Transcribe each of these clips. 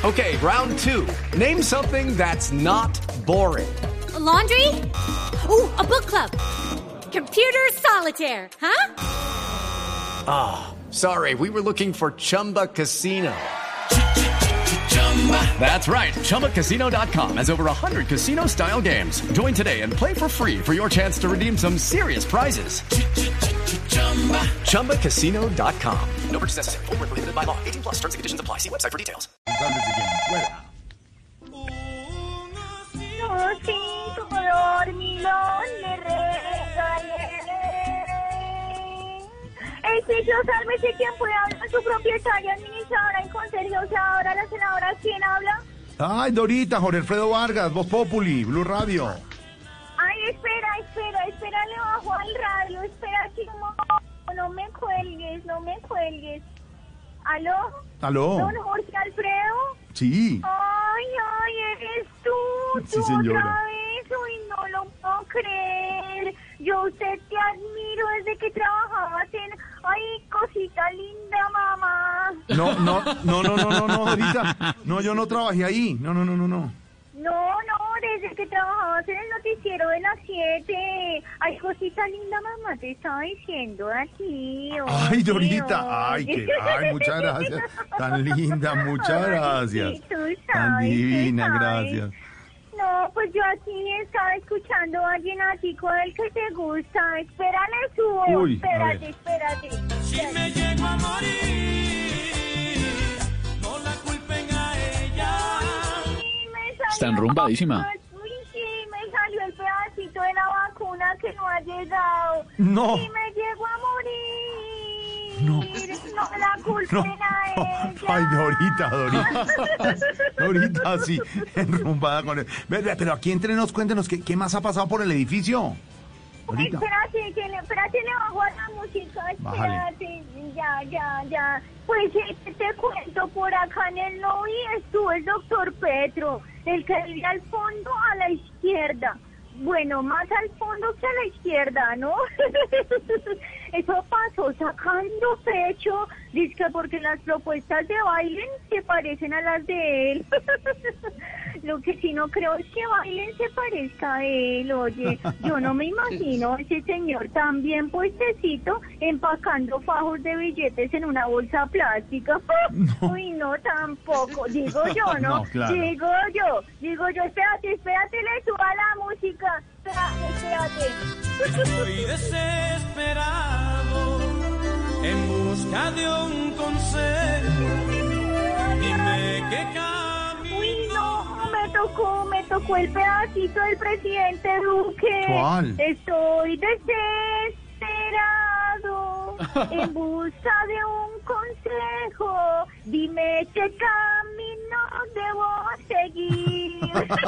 Okay, round two. Name something that's not boring. A laundry? Ooh, a book club. Computer solitaire, huh? Ah, sorry, we were looking for Chumba Casino. That's right, ChumbaCasino.com has over 100 casino-style games. Join today and play for free for your chance to redeem some serious prizes. ChumbaCasino.com. No purchase necessary. Void where prohibited by law. 18 plus terms and conditions apply. See website for details. El sitio Sálvese quien pueda hablar, su propietaria, administradora y conserjeadora, la senadora, ¿quién habla? Ay, Dorita, Jorge Alfredo Vargas, Voz Populi, Blue Radio. Ay, espera, le bajo al radio, espera, Chimo, no me cuelgues. ¿Aló? ¿Don Jorge Alfredo? Sí. Ay, eres tú Sí, señora. otra vez, uy, no lo puedo creer. Yo usted te admiro desde que trabajabas en... Ay, cosita linda, mamá. No, Dorita. No, yo no trabajé ahí. No. No, desde que trabajabas en el noticiero de las 7. Ay, cosita linda, mamá, te estaba diciendo a ti. Ay, Dorita. Ay, muchas gracias. Tan linda, muchas gracias. Sí, tú sabes, Tan divina, tú sabes. gracias. No, pues yo aquí estaba escuchando a Vallenatico del que te gusta. Espérale, subo. Uy, a ver. Espérate. Si me llego a morir, no la culpen a ella. Sí, me salió... Está enrumbadísima. Uy, sí, me salió el pedacito de la vacuna que no ha llegado. No. Si me llego a morir, No. no la culpen a ella. Ay, Dorita, sí, enrumbada con él. Pero aquí entre nos, cuéntenos, ¿qué más ha pasado por el edificio? Dorita. Espérate, le bajo a la música, Bájale. espérate, ya. Pues te cuento, por acá en el lobby estuvo el doctor Petro, el que vive al fondo a la izquierda. Bueno, más al fondo que a la izquierda, ¿no? Eso pasó sacando pecho, dizque porque las propuestas de Biden se parecen a las de él. Lo que sí no creo es que Biden se parezca a él, oye. Yo no me imagino a ese señor tan bien puestecito empacando fajos de billetes en una bolsa plástica. No. Uy, no, tampoco. Digo yo, ¿no? No, claro. Digo yo, espérate, le suba la música. Espérate. Estoy desesperado en busca de un consejo. Dime qué camino. Uy, no, me tocó el pedacito del presidente Duque. ¿Cuál? Estoy desesperado en busca de un consejo. Dime qué camino debo seguir.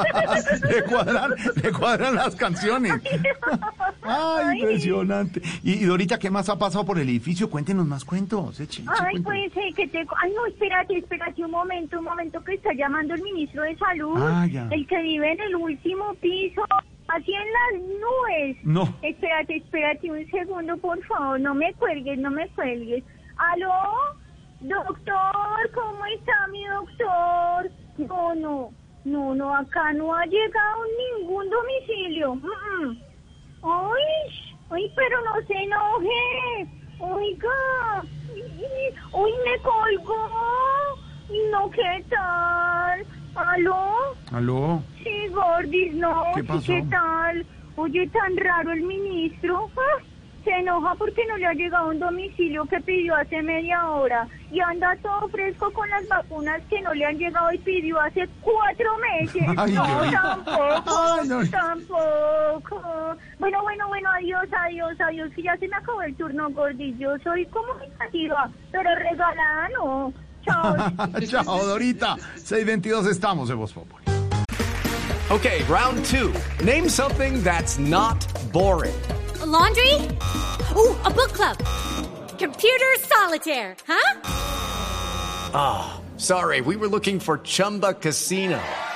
Le cuadran las canciones. Ay, impresionante. Y Dorita, ¿qué más ha pasado por el edificio? Cuéntenos más cuentos. Ay, pues, Ay, no, espérate un momento, que está llamando el ministro de Salud. Ah, ya. El que vive en el último piso, así en las nubes. No. Espérate un segundo, por favor, no me cuelgues. ¿Aló? Doctor, ¿cómo está mi doctor? No, acá no ha llegado ningún domicilio. Ay, pero no se enoje. Oiga, uy, me colgó. No, ¿qué tal? ¿Aló? Sí, Gordis, no. ¿Qué pasó? ¿Qué tal? Oye, tan raro el ministro. Se enoja porque no le ha llegado un domicilio que pidió hace media hora y anda todo fresco con las vacunas que no le han llegado y pidió hace 4 meses. Ay, No, Ay, no. tampoco. Bueno, adiós, que ya se me acabó el turno, Gordis. Yo soy comunicativa, pero regalada no. Chao. Chao, Dorita. 6:22 estamos en Voz Populi. Okay, round two. Name something that's not boring. A laundry? Ooh, a book club. Computer solitaire, huh? Ah, sorry, we were looking for Chumba Casino.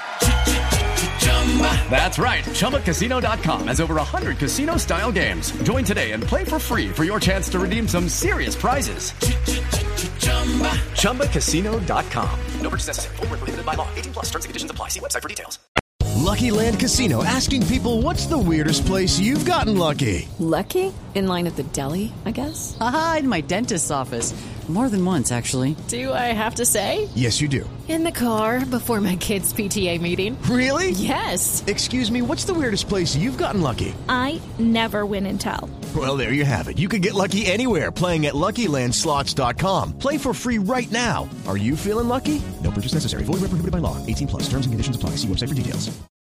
That's right, ChumbaCasino.com has over 100 casino-style games. Join today and play for free for your chance to redeem some serious prizes. ChumbaCasino.com. No purchase necessary. Void where prohibited by law. 18 plus terms and conditions apply. See website for details. Lucky Land Casino, asking people, what's the weirdest place you've gotten lucky? Lucky? In line at the deli, I guess? Aha, in my dentist's office. More than once, actually. Do I have to say? Yes, you do. In the car before my kids' PTA meeting. Really? Yes. Excuse me, what's the weirdest place you've gotten lucky? I never win and tell. Well, there you have it. You can get lucky anywhere, playing at LuckyLandSlots.com. Play for free right now. Are you feeling lucky? No purchase necessary. Void where prohibited by law. 18 plus. Terms and conditions apply. See website for details.